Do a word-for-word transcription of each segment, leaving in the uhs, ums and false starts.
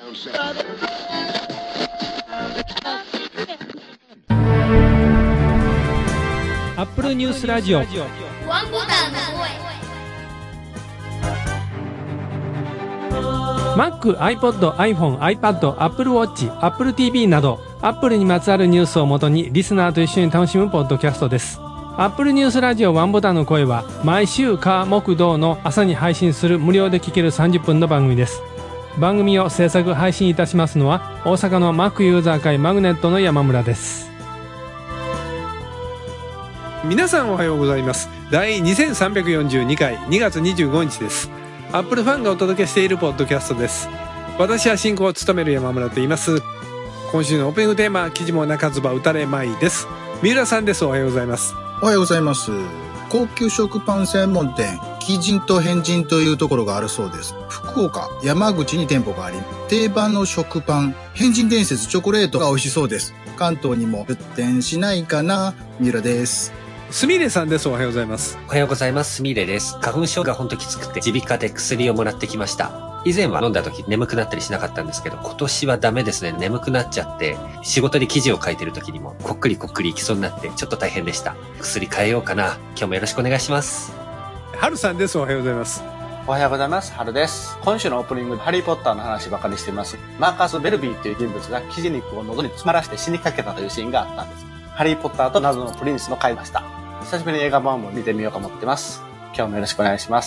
アップルニュースラジオワンボタンの声。 Mac、iPod、iPhone、iPad、Apple Watch、Apple ティーブイ など Apple にまつわるニュースをもとにリスナーと一緒に楽しむポッドキャストです。Apple ニュースラジオワンボタンの声は毎週火木土の朝に配信する無料で聴けるさんじゅっぷんの番組です。番組を制作配信いたしますのは大阪の Mac ユーザー会マグネットの山村です。 皆さんおはようございます。第にせんさんびゃくよんじゅうにかいにがつにじゅうごにちです。アップルファンがお届けしているポッドキャストです。私は進行を務める山村と言います。今週のオープニングテーマ、記事も中唾打たれまいです。三浦さんです。おはようございます。 おはようございます。高級食パン専門店奇人と変人というところがあるそうです。福岡、山口に店舗があり、定番の食パン変人伝説チョコレートが美味しそうです。関東にも出店しないかな。三浦です。 すみれさんです。おはようございます。 おはようございます。すみれです。花粉症がほんときつくて耳鼻科で薬をもらってきました。以前は飲んだ時眠くなったりしなかったんですけど、今年はダメですね。眠くなっちゃって仕事で記事を書いてる時にもこっくりこっくりいきそうになってちょっと大変でした。薬変えようかな。今日もよろしくお願いします。 はるさんです。おはようございます。 おはようございます。はるです。今週のオープニングでハリーポッターの話ばかりしています。マーカス・ベルビーという人物がキジ肉を喉に詰まらして死にかけたというシーンがあったんです。ハリーポッターと謎のプリンスの回でした。久しぶりに映画版も見てみようと思ってます。今日もよろしくお願いします。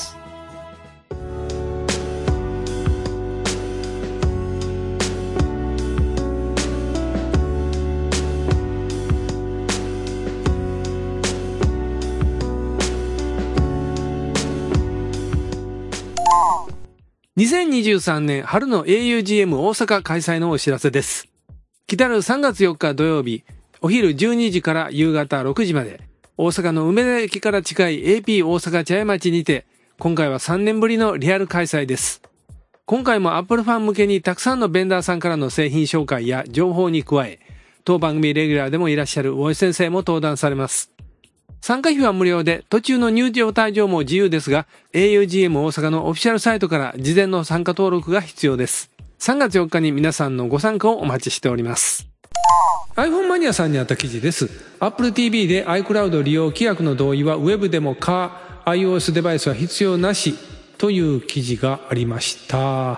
にせんにじゅうさんねん春の エーユージーエム 大阪開催のお知らせです。来たるさんがつよっか土曜日、お昼じゅうにじから夕方ろくじまで、大阪の梅田駅から近い エーピー 大阪茶屋町にて、今回はさんねんぶりのリアル開催です。今回も Apple ファン向けにたくさんのベンダーさんからの製品紹介や情報に加え、当番組レギュラーでもいらっしゃる大江先生も登壇されます。参加費は無料で、途中の入場退場も自由ですが、エーユージーエム 大阪のオフィシャルサイトから事前の参加登録が必要です。さんがつよっかに皆さんのご参加をお待ちしております。iPhone マニアさんにあった記事です。Apple ティーブイ で iCloud 利用規約の同意は Web でもか iOS デバイスは必要なしという記事がありました。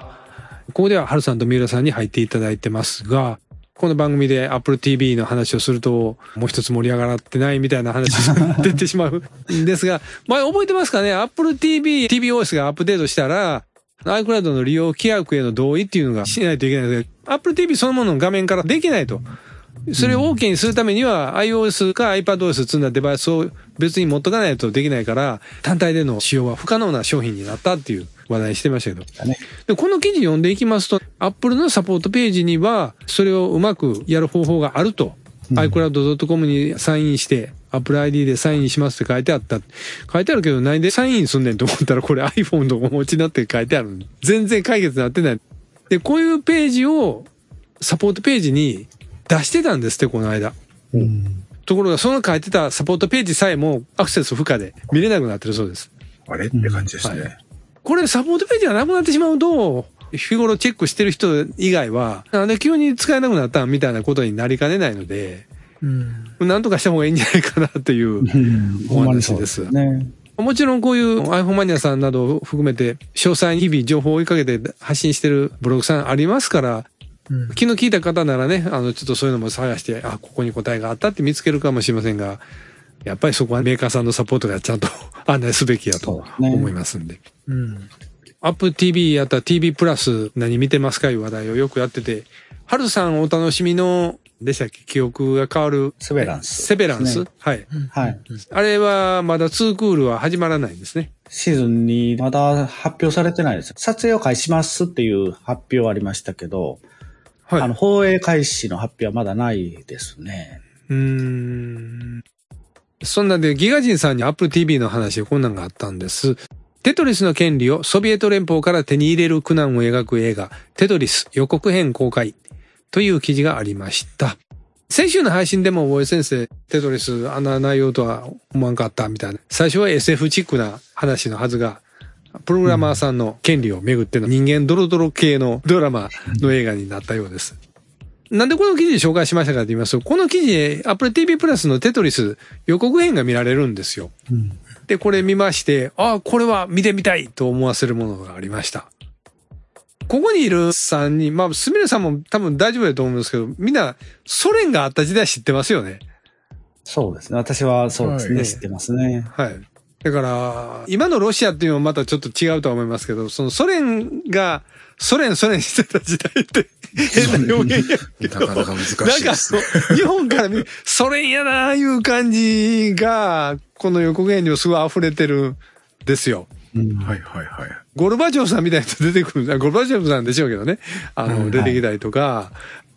ここではハルさんと三浦さんに入っていただいてますが、この番組で Apple ティーブイ の話をするともう一つ盛り上がってないみたいな話が出てしまうんですが、まあ覚えてますかね。 Apple ティーブイ、ティーブイオーエス がアップデートしたらiCloud の利用規約への同意っていうのがしないといけないので、Apple ティーブイ そのものの画面からできないと。それを OK にするためには iOS か iPadOS 積んだデバイスを別に持っとかないとできないから、単体での使用は不可能な商品になったっていう話題にしてましたけど。でこの記事読んでいきますと、Apple のサポートページにはそれをうまくやる方法があると。うん、アイクラウドドットコム にサインして、Apple アイディー でサインしますって書いてあった。書いてあるけど何でサインすんねんと思ったら、これ iPhone のお持ちになって書いてある。全然解決になってない。で、こういうページをサポートページに出してたんですって、この間。うん、ところが、その書いてたサポートページさえもアクセス不可で見れなくなってるそうです。 あれって感じですね。うんはい、 これサポートページがなくなってしまうと、日頃チェックしてる人以外は、なんで急に使えなくなったみたいなことになりかねないので、うん、なんとかした方がいいんじゃないかなというお話です。うんね、もちろんこういう iPhone マニアさんなどを含めて、詳細に日々情報を追いかけて発信してるブログさんありますから、うん、昨日聞いた方ならね、あの、ちょっとそういうのも探して、あ、ここに答えがあったって見つけるかもしれませんが、やっぱりそこはメーカーさんのサポートがちゃんと案内すべきやと思いますんで。うん。Apple ティーブイ やったら ティーブイ プラス何見てますかいう話題をよくやってて、はるさんお楽しみの、でしたっけ、記憶が変わる。 セベランス。 セベランス、ね、はい。はい。あれはまだツークールは始まらないんですね。 シーズンにまだ発表されてないです。撮影を開始しますっていう発表はありましたけど、はい、あの、放映開始の発表はまだないですね。 うーん。そんなんでギガ人さんに Apple ティーブイ の話でこんなんがあったんです。テトリスの権利をソビエト連邦から手に入れる苦難を描く映画、テトリス予告編公開という記事がありました。先週の配信でも大江先生、テトリスあんな内容とは思わんかったみたいな。最初は エスエフ チックな話のはずが、 プログラマーさんの権利をめぐっての人間ドロドロ系のドラマの映画になったようです。なんでこの記事紹介しましたかと言いますと、この記事で Apple ティーブイ プラスのテトリス予告編が見られるんですよ。うん、で、これ見まして、ああ、これは見てみたいと思わせるものがありました。ここにいるさんにん、まあ、すみれさんも多分大丈夫だと思うんですけど、みんなソ連があった時代知ってますよね。 そうですね。私はそうですね。はい、知ってますね。 はい。だから、今のロシアっていうのはまたちょっと違うとは思いますけど、そのソ連が、ソ連ソ連してた時代って変な表現やけど。 なかなか難しいですね。 なんか、日本から見る、ソ連やなーいう感じが、この予告編にもすごい溢れてるんですよ。 うん、はいはいはい。 ゴルバチョフさんみたいな人出てくる、ゴルバチョフさんでしょうけどね。あの、出てきたりとか、はい、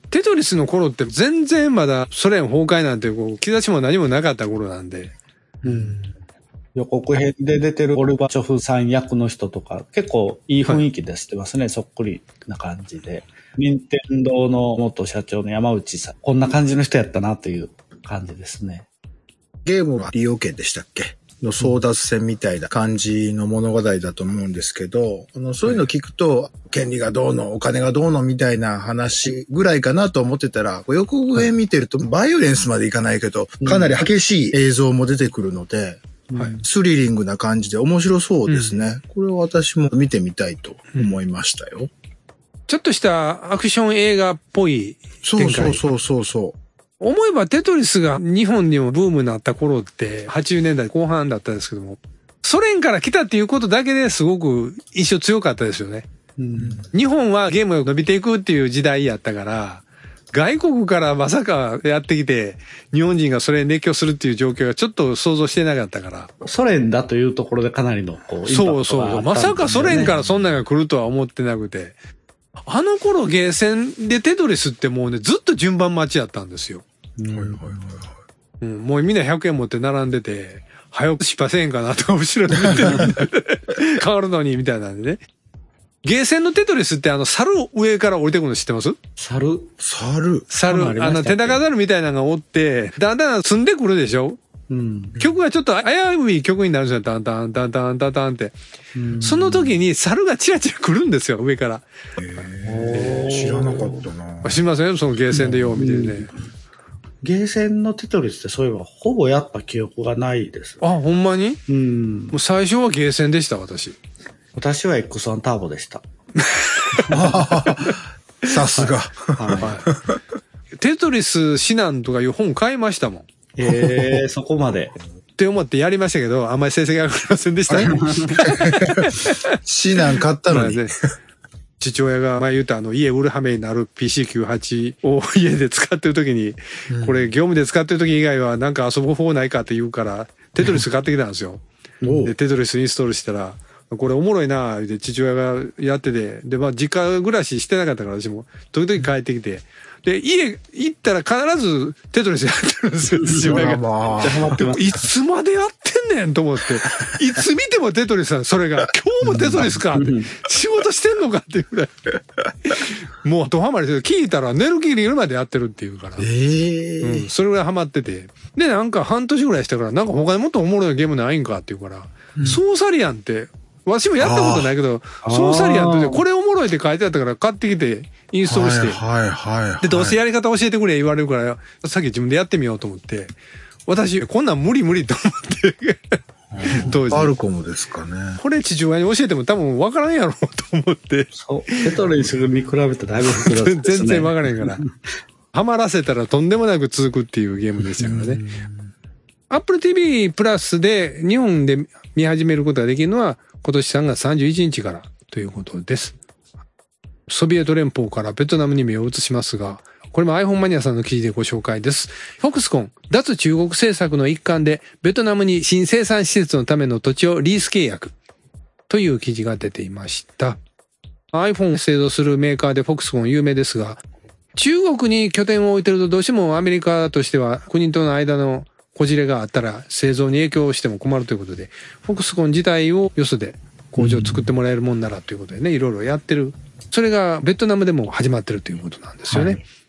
テトリスの頃って全然まだソ連崩壊なんてこう、兆しも何もなかった頃なんで。 うん、予告編で出てるゴルバチョフさん役の人とか、結構いい雰囲気で知ってますね。はい、そっくりな感じで。任天堂の元社長の山内さん。こんな感じの人やったなという感じですね。 ゲームは利用権でしたっけの争奪戦みたいな感じの物語だと思うんですけど、あのそういうの聞くと、はい、権利がどうの、お金がどうのみたいな話ぐらいかなと思ってたら、予告編見てるとバイオレンスまでいかないけど、かなり激しい映像も出てくるので、はい、スリリングな感じで面白そうですね。うん、これは私も見てみたいと思いましたよ。うん、 ちょっとしたアクション映画っぽい展開。 そうそうそうそうそう。 思えばテトリスが日本にもブームになった頃ってはちじゅうねんだいこう半だったんですけども、ソ連から来たっていうことだけですごく印象強かったですよね。うん、日本はゲームが伸びていくっていう時代やったから、外国からまさかやってきて日本人がそれに熱狂するっていう状況がちょっと想像してなかったから。 ソ連だというところでかなりのこうインパクトがあったんですよね。そうそうそう。 まさかソ連からそんなのが来るとは思ってなくて。あの頃ゲーセンでテトリスってもうね、ずっと順番待ちやったんですよ。はいはいはいはい。うん、もうみんなひゃくえん持って並んでて、早く失敗せえんかなとか後ろで見てるみたいな。変わるのにみたいなんでね。ゲーセンのテトリスってあの猿上から降りてくるの知ってます？ 猿猿猿、あの手高猿みたいなのがおって、だんだん積んでくるでしょ？うん、曲がちょっと危うい曲になるんですよ。タンタンタンタンタンタンって。その時に猿がチラチラ来るんですよ、上から。 へー、知らなかったな。 知りません？そのゲーセンでよう見てるね。うん、 ゲーセンのテトリスってそういえばほぼやった記憶がないです。 あ、ほんまに？うん。もう最初はゲーセンでした、私。 私は エックスワン ターボでした。 さすが。 はい。テトリス指南とかいう本買いましたもん。 ええー、そこまで。 って思ってやりましたけど、あんまり成績が上がりませんでした。 指南買ったのに。 父親が前言ったあの家売るはめになる ピーシーきゅうじゅうはち を家で使ってる時に、うん、これ業務で使ってる時以外はなんか遊ぶ方ないかって言うから、テトリス買ってきたんですよ。で、テトリスインストールしたら、これおもろいなぁ、で父親がやってて、で、まあ実家暮らししてなかったから私も、時々帰ってきて、で、家行ったら必ずテトリスやってるんですよ、父親が。いつまでやってんねんと思って、いつ見てもテトリスなんそれが、今日もテトリスかって、仕事してんのかっていうぐらい。もうドハマりして、聞いたら寝る気にいるまでやってるっていうから。えーうん、それぐらいハマってて。で、なんか半年ぐらいしたから、なんか他にもっとおもろいゲームないんかっていうから、うん、ソーサリアンって、わしもやったことないけど、ソーサリアンってこれおもろいって書いてあったから買ってきてインストールして。はいはいはい、はい。で、どうせやり方教えてくれ言われるから、さっき自分でやってみようと思って、私、こんなん無理無理と思って。当時。 アルコムですかね。 これ父親に教えても多分分からんやろうと思って。 そう。テトリスに比べてだいぶ複雑ですね。 全然分からへんから。ハマらせたらとんでもなく続くっていうゲームでしたからね。Apple ティーブイ プラスで日本で見始めることができるのは今年さんがつさんじゅういちにちからということです。ソビエト連邦からベトナムに目を移しますが、これも iPhone マニアさんの記事でご紹介です。フォクスコン、脱中国政策の一環でベトナムに新生産施設のための土地をリース契約という記事が出ていました。iPhone を製造するメーカーでフォクスコン有名ですが、中国に拠点を置いてるとどうしてもアメリカとしては国との間のこじれがあったら製造に影響しても困るということで、フォクスコン自体をよそで工場を作ってもらえるもんならということでね、いろいろやってる。それがベトナムでも始まってるということなんですよね。はい、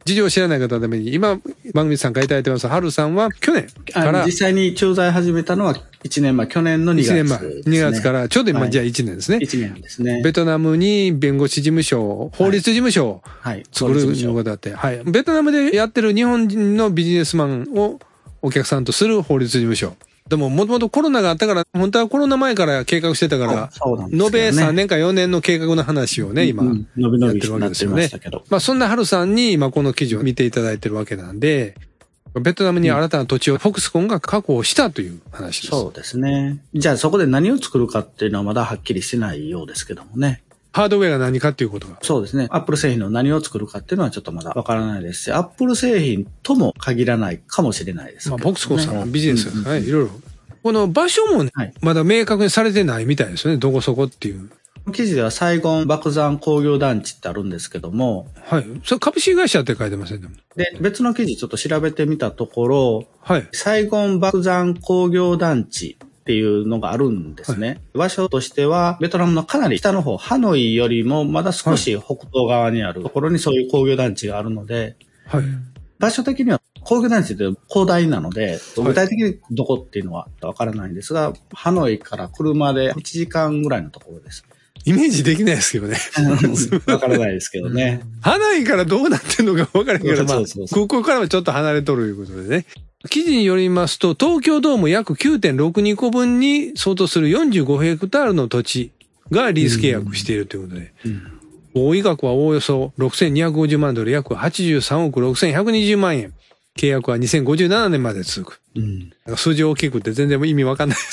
事情を知らない方のために、今、番組参加いただいてます、春さんは去年から。 実際に駐在始めたのはいちねんまえ、去年のにがつです、ね。いちねんまえ、 にがつから、ちょうど今、はい、じゃあいちねんですね。 いちねんですね。 ベトナムに弁護士事務所、法律事務所を作るのがだって、はい、はい。ベトナムでやってる日本人のビジネスマンをお客さんとする法律事務所。でも、もともとコロナがあったから、本当はコロナ前から計画してたから、ね、延べさんねんかよねんの計画の話をね、今、うん、伸び伸びやってるわけですよね。まあ、そんな春さんに今この記事を見ていただいてるわけなんで、ベトナムに新たな土地をフォクスコンが確保したという話です。 そうですね。じゃあそこで何を作るかっていうのはまだはっきりしてないようですけどもね。 ハードウェアが何かっていうことが。 そうですね。アップル製品の何を作るかっていうのはちょっとまだわからないですし、アップル製品とも限らないかもしれないですけど、ね。 まあ、フォクスコンさんのビジネスがね、いろいろ。この場所もね、はい、まだ明確にされてないみたいですよね。どこそこっていう。 記事ではサイゴン爆弾工業団地ってあるんですけども。 はい。それ株式会社って書いてませんね。 で、別の記事ちょっと調べてみたところ、はい。サイゴン爆弾工業団地っていうのがあるんですね。はい、場所としては、ベトナムのかなり北の方、ハノイよりもまだ少し北東側にあるところにそういう工業団地があるので、はい。場所的には工業団地って広大なので、具体的にどこっていうのはわからないんですが、ハノイから車でいちじかんぐらいのところです。 イメージできないですけどね。 わからないですけどね。 ハノイからどうなってんのかわからないけど、まあ、空港からはちょっと離れとるいうことでね。記事によりますと、東京ドーム約 きゅうてんろくに 個分に相当するよんじゅうごヘクタールの土地がリース契約しているということで、うんうん、合意額はおおよそろくせんにひゃくごじゅうまんドル、約はちじゅうさんおくろくせんひゃくにじゅうまんえん。契約はにせんごじゅうななねんまで続く。うん、なんか数字大きくて全然意味わかんない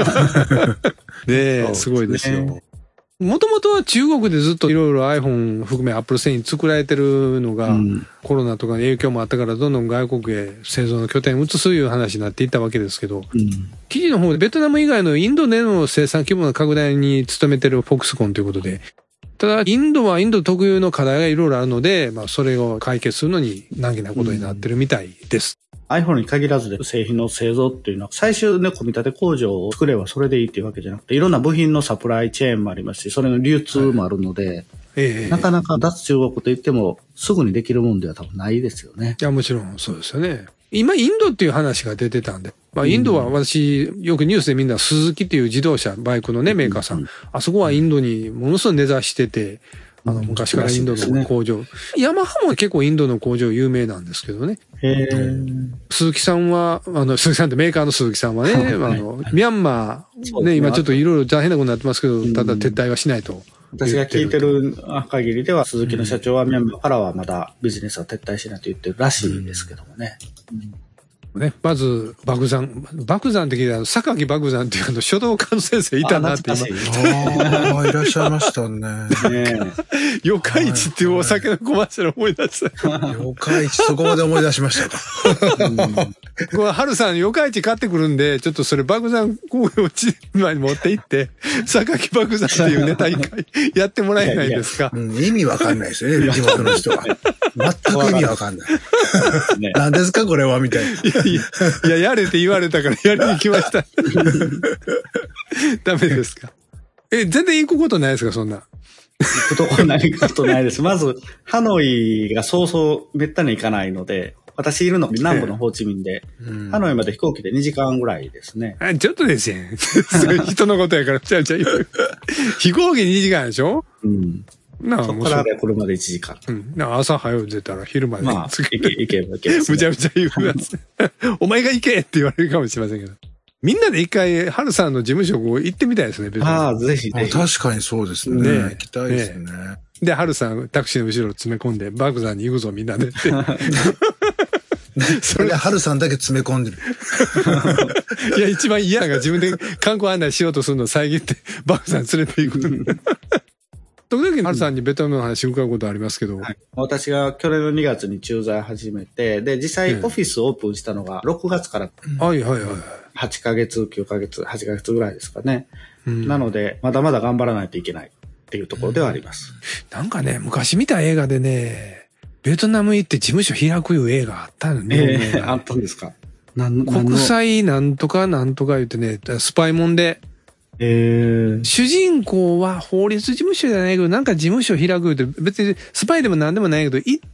です。ねえ、すごいですよ。もともとは中国でずっといろいろ iPhone 含め Apple 製品作られてるのが、うん、コロナとかの影響もあったからどんどん外国へ製造の拠点を移すいう話になっていったわけですけど、うん、記事の方でベトナム以外のインドでの生産規模の拡大に努めてるフォックスコンということで、ただインドはインド特有の課題がいろいろあるので、まあそれを解決するのに難儀なことになってるみたいです。 うん、iPhone に限らずで製品の製造っていうのは最終ね、組み立て工場を作ればそれでいいっていうわけじゃなくて、いろんな部品のサプライチェーンもありますし、それの流通もあるので、はいええ、なかなか脱中国といってもすぐにできるもんでは多分ないですよね。 いや、もちろんそうですよね。今インドっていう話が出てたんで、まあインドは私、よくニュースでみんなスズキっていう自動車、バイクのね、メーカーさん、うんうん、あそこはインドにものすごい根ざしてて、あの、昔からインドの工場。ヤマハも結構インドの工場有名なんですけどね。へー。鈴木さんは、あの、鈴木さんってメーカーの鈴木さんはね、はい、あの、ミャンマー、ね、今ちょっといろいろ大変なことになってますけど、ただ撤退はしないと。 私が聞いてる限りでは、鈴木の社長はミャンマーからはまだビジネスは撤退しないと言ってるらしいですけどもね。うんうんね、まず、爆弾。爆弾って聞いたら、榊爆弾っていうあの、書道家の先生いたなって今。ああ、いらっしゃいましたね。ね四日市っていうお酒のコマーシャル思い出した。 四日市、そこまで思い出しましたか。うん、 これ、春さん、四日市買ってくるんで、ちょっとそれ爆弾工業地まで持って行って、榊爆弾っていうネタ一回やってもらえないですか。 いやいやうん、意味わかんないですよね、地元の人は。全く意味わかんない。何ですか、これはみたいな。 いや、いや、やれって言われたからやりに来ました。ダメですか？え、全然行くことないですか、そんな。 行くとこないことないです。まず、ハノイがそうそうめったに行かないので、私いるの南部のホーチミンで、うん、ハノイまで飛行機でにじかんぐらいですね。 あ、ちょっとですよ。人のことやから、ちゃうちゃう。飛行機にじかんでしょ？うん。 なあ、そこから車でいちじかん。 うん。なあ、朝早く出たら昼まで。 まあ、行け、行けば行けば、ね。 むちゃむちゃ言うやつ。お前が行けって言われるかもしれませんけど。みんなで一回、春さんの事務所を行ってみたいですね、別に。 ああ、ぜひぜひ。 確かにそうですね。ね行きたいですね。ねで、春さん、タクシーの後ろ詰め込んで、爆弾に行くぞ、みんなでって。 それで春さんだけ詰め込んでる。 いや、一番嫌なのが自分で観光案内しようとするのを遮って、爆弾連れて行く。時々、春さんにベトナムの話伺うことありますけど、はい。 私が去年のにがつに駐在始めて、で、実際オフィスオープンしたのがろくがつから。 はいはいはい。 はちかげつ、きゅうかげつ、はちかげつぐらいですかね。うん、なので、まだまだ頑張らないといけないっていうところではあります。 うん、なんかね、昔見た映画でね、ベトナム行って事務所開くいう映画あったのね。 えー、あったんですか？ なん国際なんとかなんとか言ってね、スパイモンで、 えー、 主人公は法律事務所じゃないけど、なんか事務所開くって、別にスパイでも何でもないけど、行って、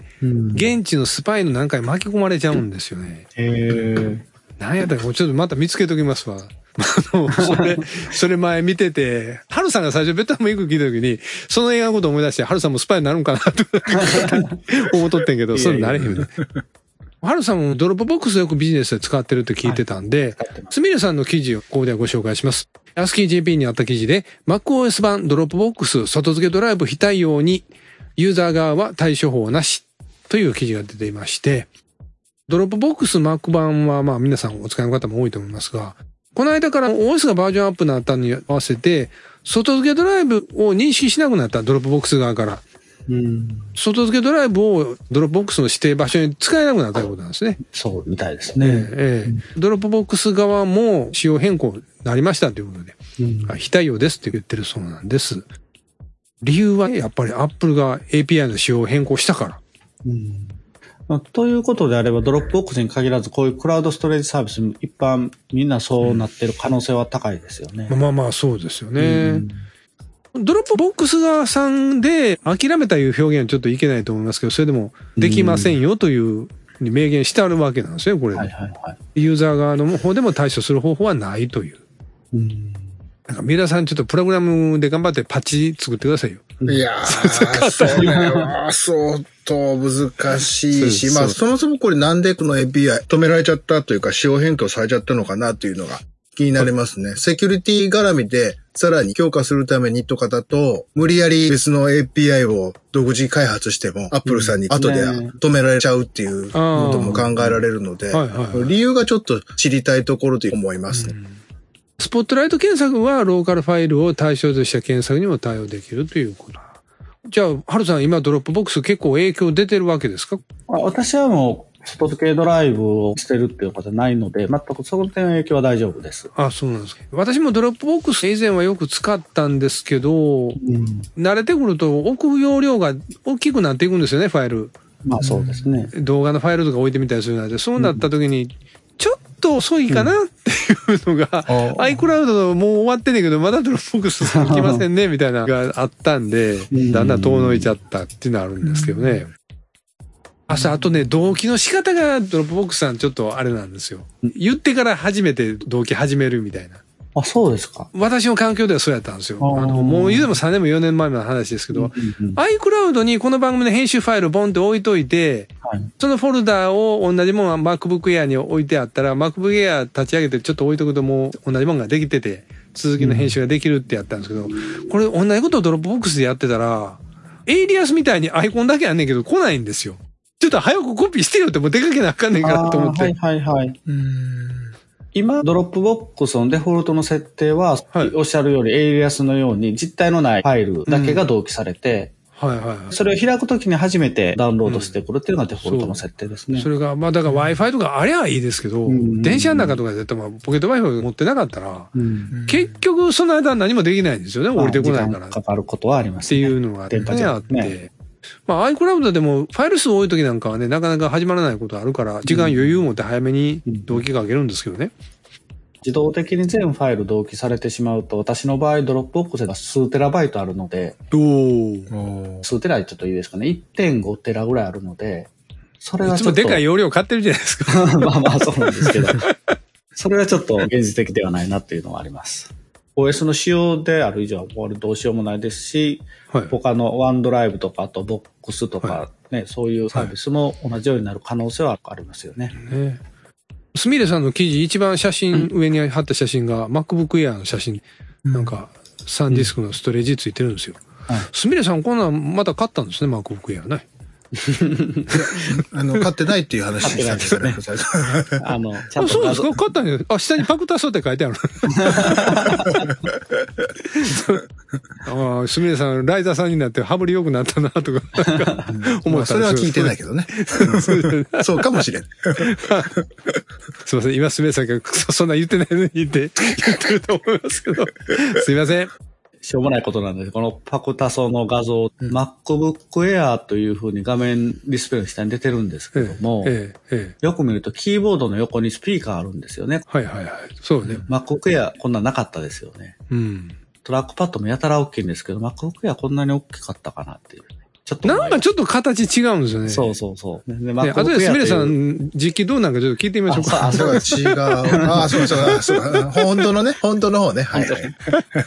現地のスパイのなんかに巻き込まれちゃうんですよね。 へー。 なんやったら、ちょっとまた見つけときますわ。あの、それ、それ前見てて、ハルさんが最初ベトナム行く聞いた時に、その映画のことを思い出して、ハルさんもスパイになるんかなと思っとってんけど、それなれへんね。ハルさんもドロップボックスよくビジネスで使ってるって聞いてたんで、すみれさんの記事をここではご紹介します。アスキー ジェーピー にあった記事で、MacOS 版ドロップボックス外付けドライブ非対応にユーザー側は対処法なしという記事が出ていまして、ドロップボックス Mac 版はまあ皆さんお使いの方も多いと思いますが、この間から オーエス がバージョンアップになったに合わせて、外付けドライブを認識しなくなったドロップボックス側から。うん、外付けドライブをドロップボックスの指定場所に使えなくなったということなんですね。 そうみたいですね。 ええうん、ドロップボックス側も仕様変更になりましたということで、うん、非対応ですって言ってるそうなんです。理由はやっぱり Apple が エーピーアイ の仕様を変更したから。 うんまあ、ということであれば、ドロップボックスに限らず、こういうクラウドストレージサービス、一般みんなそうなってる可能性は高いですよね。 うん、まあまあそうですよね。うん、ドロップボックス側さんで諦めたいう表現はちょっといけないと思いますけど、それでもできませんよというに明言してあるわけなんですね、これ。はいはいはい、ユーザー側の方でも対処する方法はないという。うんなんか皆さんちょっとプログラムで頑張ってパッチ作ってくださいよ。 いやー、それは相当難しいし、まあそもそもこれなんでこの エーピーアイ 止められちゃったというか仕様変更されちゃったのかなというのが気になりますね。セキュリティ絡みでさらに強化するためにとかだと、無理やり別の エーピーアイ を独自開発しても、Apple さんに後で止められちゃうっていうことも考えられるので、理由がちょっと知りたいところと思いますね。うんスポットライト検索はローカルファイルを対象とした検索にも対応できるということ。じゃあ、ハルさん今ドロップボックス結構影響出てるわけですか？ 私はもう外付けドライブをしてるっていうことはないので、全くその点の影響は大丈夫です。 あ、そうなんですか。私もドロップボックス以前はよく使ったんですけど、うん、慣れてくると置く容量が大きくなっていくんですよね、ファイル。 まあそうですね。 動画のファイルとか置いてみたりするので、そうなった時に、ちょっと遅いかなっていうのが、うん、iCloud もう終わってんねんけど、まだドロップボックス行きませんね、みたいなのがあったんで、だんだん遠のいちゃったっていうのはあるんですけどね。あ、あとね、同期の仕方がドロップボックスさんちょっとあれなんですよ。言ってから初めて同期始めるみたいな。 あ、そうですか。 私の環境ではそうやったんですよ。あの、もう言うでもさんねんもよねんまえの話ですけど、うんうんうん、iCloud にこの番組の編集ファイルボンって置いといて、はい、そのフォルダーを同じものが MacBook Air に置いてあったら、MacBook Air 立ち上げてちょっと置いとくともう同じものができてて、続きの編集ができるってやったんですけど、うん、これ同じことをドロップボックスでやってたら、エイリアスみたいにアイコンだけあんねんけど来ないんですよ。ちょっと早くコピーしてよってもう出かけなあかんねんからと思って。 はいはいはい。うーん今、ドロップボックスのデフォルトの設定は、はい、おっしゃるように、エイリアスのように実体のないファイルだけが同期されて、うんはいはいはい、それを開くときに初めてダウンロードしてくるっていうのがデフォルトの設定ですね。 うん、そ, それが、まあだから Wi-Fi とかありゃいいですけど、うん、電車の中とかでポケット Wi-Fi 持ってなかったら、うん、結局その間何もできないんですよね、降りてこないから。 かかることはありますね。っていうのが、ね、あって。まあ iCloud でもファイル数多い時なんかはね、なかなか始まらないことあるから、時間余裕を持って早めに同期かけるんですけどね。 自動的に全ファイル同期されてしまうと、私の場合ドロップボックスが数テラバイトあるので、お数テラちょっといいですかね、いってんごテラぐらいあるので、それはちょっと。いつもでかい容量買ってるじゃないですか。 まあまあそうなんですけど、それはちょっと現実的ではないなっていうのはあります。オーエス の仕様である以上はこれどうしようもないですし、はい、他のワンドライブとかあとボックスとかね、はい、そういうサービスも同じようになる可能性はありますよね。ねすみれさんの記事、一番写真、うん、上に貼った写真が MacBook Air の写真、うん、なんかサンディスクのストレージついてるんですよ。すみれさんこんなんまた買ったんですね、MacBook Air ね。 あの、買ってないっていう話したんですよね。 あの、 ちゃんとそうですか買ったんですあ、下にパクタソって書いてある。ああ、すみれさん、ライザーさんになって羽振り良くなったな、とか、 思った。それは聞いてないけどね。そうかもしれん。 すいません、今すみれさんがそんな言ってないのにって言ってると思いますけど。すいません。 しょうもないことなんです。このパクタソの画像、うん、MacBook Air という風に画面ディスプレイの下に出てるんですけども、ええええ、よく見るとキーボードの横にスピーカーあるんですよね。 はいはいはい。そうね。 MacBook Air こんなんなかったですよね。うん。トラックパッドもやたら大きいんですけど、MacBook Air こんなに大きかったかなっていう。 ちょっとなんかちょっと形違うんですよね。 そうそうそう。 で、ね、あとですみれさん、実機どうなんかちょっと聞いてみましょうか。 あ、そうだ、違う。あ、そうそうそう。本当のね、本当の方ね。はい、はい。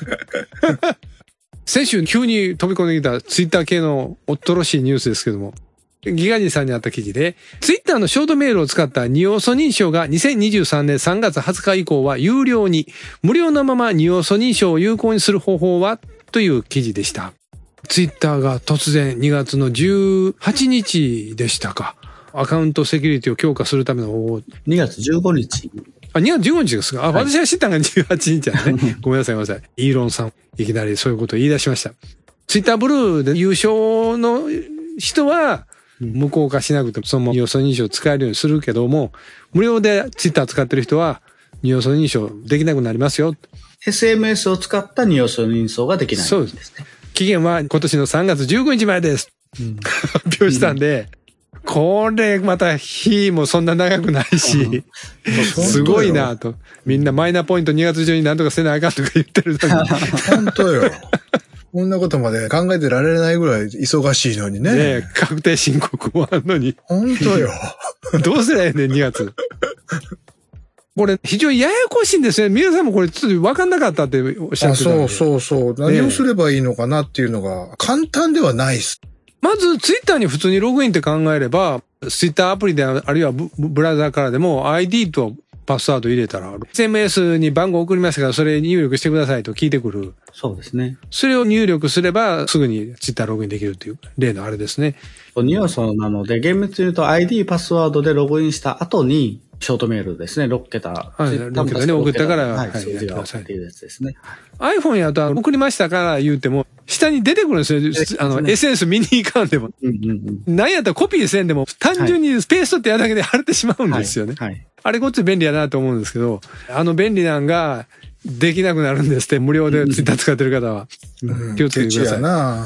先週急に飛び込んできたツイッター系の恐ろしいニュースですけども、ギガジンさんにあった記事で、ツイッターのショートメールを使った二要素認証がにせんにじゅうさんねんさんがつはつか以降は有料に、無料のまま二要素認証を有効にする方法はという記事でした。ツイッターが突然にがつのじゅうはちにちでしたか。アカウントセキュリティを強化するための。 にがつじゅうごにち。 あ、にがつじゅうごにちですか。あ、はい、私が知ったのがじゅうはちにちなんでね。ごめんなさいごめんなさい。イーロンさん、いきなりそういうことを言い出しました。ツイッターブルーで優勝の人は無効化しなくてもその二要素認証を使えるようにするけども、無料でツイッター使ってる人は二要素認証できなくなりますよ。 エスエムエス を使った二要素認証ができないんですね。そうですね。 期限は今年のさんがつじゅうごにちまでです。うん、発表したんで、うん、これまた日もそんな長くないし、すごいなと。みんなマイナポイントにがつ中になんとかせなあかんとか言ってるのに。 本当よ。こんなことまで考えてられないぐらい忙しいのにね。ねえ、確定申告もあんのに。 本当よ。 どうすりゃええねん、にがつ。これ非常にややこしいんですね。皆さんもこれちょっと分かんなかったっておっしゃってたんで。 あ、そうそうそう。何をすればいいのかなっていうのが簡単ではないです。 まずツイッターに普通にログインって考えれば、ツイッターアプリであるいはブラウザーからでも アイディー とパスワード入れたら、エスエムエス に番号送りましたからそれ入力してくださいと聞いてくる。 そうですね。 それを入力すればすぐにツイッターログインできるという例のあれですね。 に要素なので厳密に言うと アイディー パスワードでログインした後にショートメールですね。ろっけた。 はい、ろっけたね、送ったから、 はい、はい、数字が送っているやつですね。 iPhone やと送りましたから言うても、下に出てくるんですよ。あの、エスエヌエス 見に行かんでも。うんうんうん、何やったらコピーせんでも、単純にペーストってやるだけで貼れてしまうんですよね。はいはい、あれこっち便利やなと思うんですけど、あの便利なんが、できなくなるんですって、無料でツイッター使ってる方は。うん、気をつけてください。な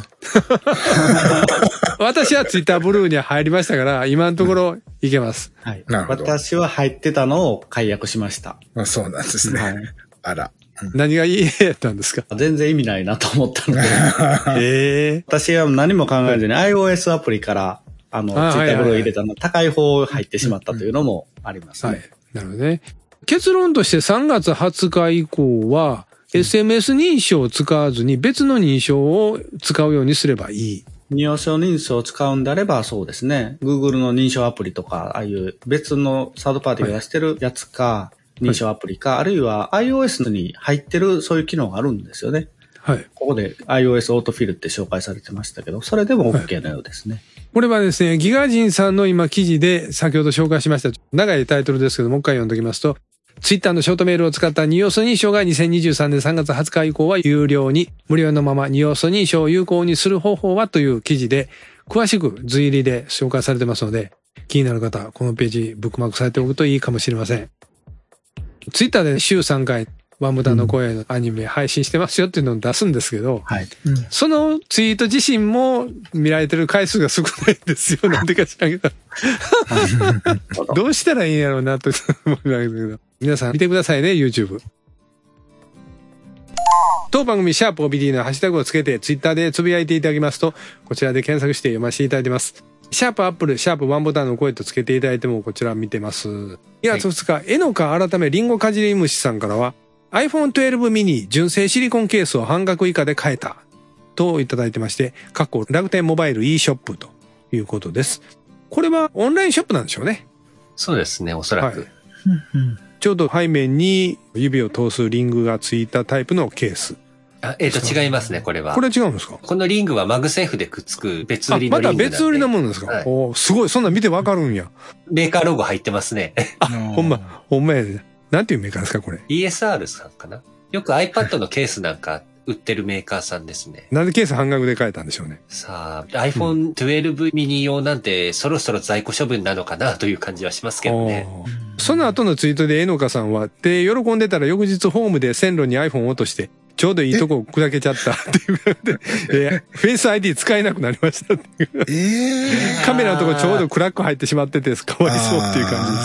私はツイッターブルーに入りましたから、今のところいけます。 はい。なるほど。私は入ってたのを解約しました。 あ、そうなんですね。はい、あら。 うん、何がいいやったんですか？ 全然意味ないなと思ったので。ええー。私は何も考えずに iOS アプリから、あの、ツイッターブルー入れたの、高い方入ってしまったというのもありますね。はい。 なるほどね。結論としてさんがつはつか以降は エスエムエス 認証を使わずに別の認証を使うようにすればいい。 二要素認証を使うんであればそうですね。Google の認証アプリとか、ああいう別のサードパーティーが出してるやつか、認証アプリか、はい、あるいは iOS に入ってるそういう機能があるんですよね。はい。ここで iOS オートフィルって紹介されてましたけど、それでも OK のようですね。はい、 これはですね、ギガ人さんの今記事で先ほど紹介しました長いタイトルですけどもう一回読んでおきますと、ツイッターのショートメールを使った二要素認証がにせんにじゅうさんねんさんがつはつか以降は有料に、無料のまま二要素認証を有効にする方法はという記事で、詳しく随入りで紹介されてますので、気になる方、このページブックマークされておくといいかもしれません。ツイッターで週さんかい、ワンボタンの声のアニメ配信してますよっていうのを出すんですけど、はいうん、そのツイート自身も見られてる回数が少ないんですよ。なんでか知らんけど。どうしたらいいんやろうなと思いますけど。皆さん見てくださいね、YouTube。当番組シャープオービーディーのハッシュタグをつけてツイッターでつぶやいていただきますと、こちらで検索して読ませていただいてます。シャープアップル、シャープワンボタンの声とつけていただいてもこちら見てます。にがつふつか、えのか改めリンゴかじり虫さんからは、iPhone じゅうに mini 純正シリコンケースを半額以下で買えたといただいてまして、かっこ楽天モバイル e ショップということです。これはオンラインショップなんでしょうね。 そうですね、おそらく。はい、 ちょうど背面に指を通すリングがついたタイプのケース。 あ、えっと、違いますね、これは。 これ違うんですか？ このリングはマグセーフでくっつく別売りのリングなんで。 また別売りのものですか？はい、おすごい、そんなん見てわかるんや。 メーカーロゴ入ってますね。 あ、ほんま、ほんまやで。なんていうメーカーですか、これ。 イーエスアール さんかな。よく iPad のケースなんか売ってるメーカーさんですね。 なんでケース半額で買えたんでしょうね。 さあ、iPhone じゅうに mini 用なんてそろそろ在庫処分なのかなという感じはしますけどね。 その後のツイートでえのかさんは、で、喜んでたら翌日ホームで線路に iPhone を落として、 ちょうどいいとこ砕けちゃったっていうで、えー、フェイス アイディー 使えなくなりましたっていう。えー、カメラのとこちょうどクラック入ってしまっててかわいそうっていう感じです。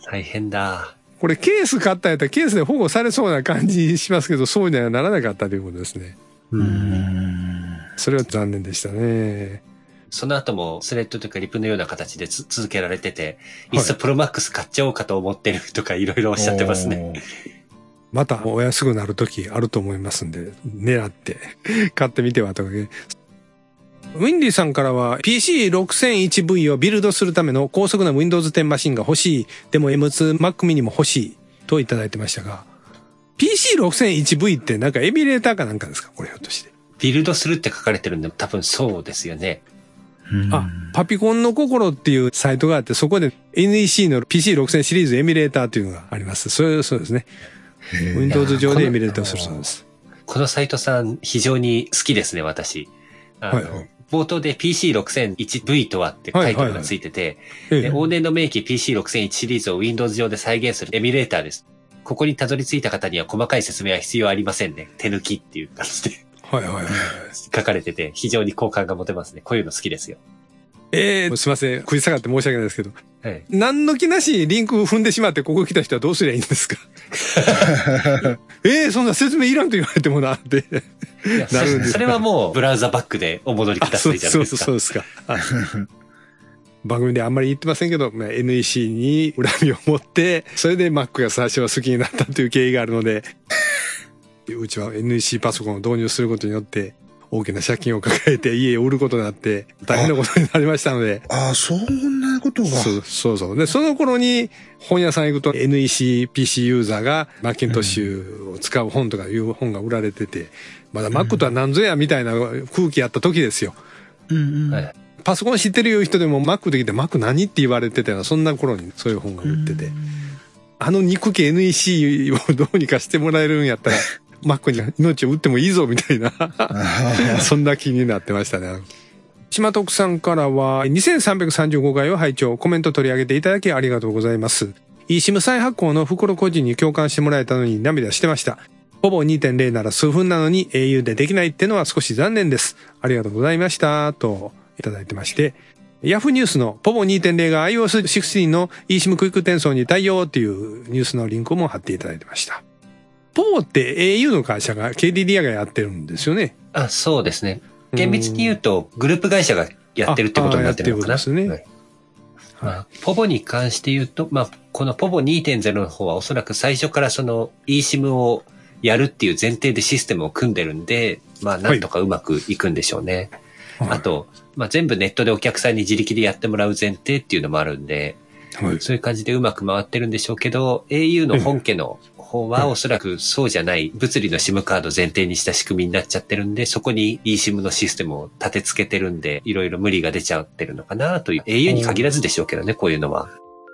大変だ。 これケース買ったんやったらケースで保護されそうな感じしますけど、そうにはならなかったということですね。うーん。それは残念でしたね。 その後もスレッドというかリプのような形でつ続けられてて、いっそプロマックス買っちゃおうかと思ってるとかいろいろおっしゃってますね。 またお安くなる時あると思いますんで、狙って買ってみてはとかね。ウィンディさんからは ピーシーろくせんいちブイ をビルドするための高速な ウィンドウズテン マシンが欲しい。でも エムツー Mac mini も欲しいといただいてましたが、ピーシーろくせんいちブイ ってなんかエミュレーターかなんかですか、これひょっとして。 ビルドするって書かれてるんで多分そうですよね。 あ、パピコンの心っていうサイトがあって、そこで エヌイーシー の ピーシーろくせん シリーズエミュレーターっていうのがあります。それそうですね。Windows 上でエミュレーターするそうです。 このサイトさん非常に好きですね、私。あの、はいはい、冒頭で ピーシーろくせんいちブイ とはってタイトルがついてて、はいはいはい、往年の名機 ピーシーろくせんいち シリーズを Windows 上で再現するエミュレーターです。ここにたどり着いた方には細かい説明は必要ありませんね。手抜きっていう感じで。はいはいはい。書かれてて非常に好感が持てますね。こういうの好きですよ。 えー、すいません。食い下がって申し訳ないですけど。はい、何の気なしリンク踏んでしまってここ来た人はどうすりゃいいんですかえー、そんな説明いらんと言われてもなって。 なるんです。それはもうブラウザバックでお戻りくださいじゃないですか。 そうそうそうですか。番組であんまり言ってませんけど、エヌイーシー に恨みを持って、それで Mac が最初は好きになったという経緯があるので、うちは エヌイーシー パソコンを導入することによって、大きな借金を抱えて家を売ることになって大変なことになりましたので。 ああ、そんなことが。 そうそうそう。で、その頃に本屋さん行くと エヌイーシー ピーシー ユーザーがマッキントッシュを使う本とかいう本が売られてて、まだ Mac とは何ぞやみたいな空気あった時ですよ。うんうん、パソコン知ってる人でも Mac できて Mac 何って言われてたような、そんな頃にそういう本が売ってて、あの憎き エヌイーシー をどうにかしてもらえるんやったらMac に命を打ってもいいぞみたいなそんな気になってましたね。島徳さんからはにせんさんびゃくさんじゅうごかいを拝聴、コメント取り上げていただきありがとうございます。eSIM 再発行の袋個人に共感してもらえたのに涙してました。ポボ にてんゼロ なら数分なのに エーユー でできないってのは少し残念です。ありがとうございましたといただいてまして、ヤフーニュースのポボ にてんゼロ が アイオーエスじゅうろく の eSIM クイック転送に対応っていうニュースのリンクも貼っていただいてました。ポボって エーユー の会社が ケーディーディーアイ がやってるんですよね。 あ、そうですね。厳密に言うとグループ会社がやってるってことになってるのかな。そうですね。はい。まあ、ポボに関して言うと、まあ、このポボ にてんゼロ の方はおそらく最初からその eSIM をやるっていう前提でシステムを組んでるんで、まあ、なんとかうまくいくんでしょうね。はい、あと、まあ、全部ネットでお客さんに自力でやってもらう前提っていうのもあるんで、はい、そういう感じでうまく回ってるんでしょうけど、エーユー の本家の方はおそらくそうじゃない物理の SIM カード前提にした仕組みになっちゃってるんで、そこに eSIM のシステムを立て付けてるんで、いろいろ無理が出ちゃってるのかなという、エーユー に限らずでしょうけどね、こういうのは。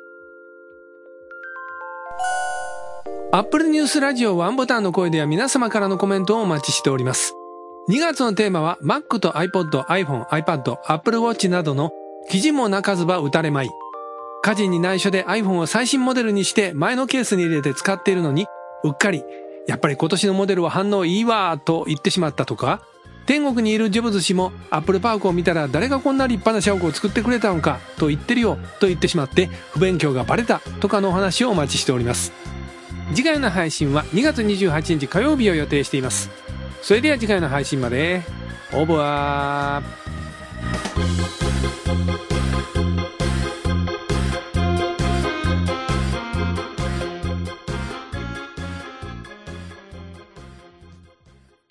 Apple News ラジオワンボタンの声では皆様からのコメントをお待ちしております。にがつのテーマは Mac と iPod、iPhone、iPad、Apple Watch などの記事も泣かずば打たれまい。家事に内緒で iPhone を最新モデルにして前のケースに入れて使っているのに、うっかりやっぱり今年のモデルは反応いいわーと言ってしまったとか、天国にいるジョブズ氏も Apple パークを見たら誰がこんな立派な社屋を作ってくれたのかと言ってるよと言ってしまって不勉強がバレたとかのお話をお待ちしております。次回の配信はにがつにじゅうはちにち火曜日を予定しています。それでは次回の配信までオーバー。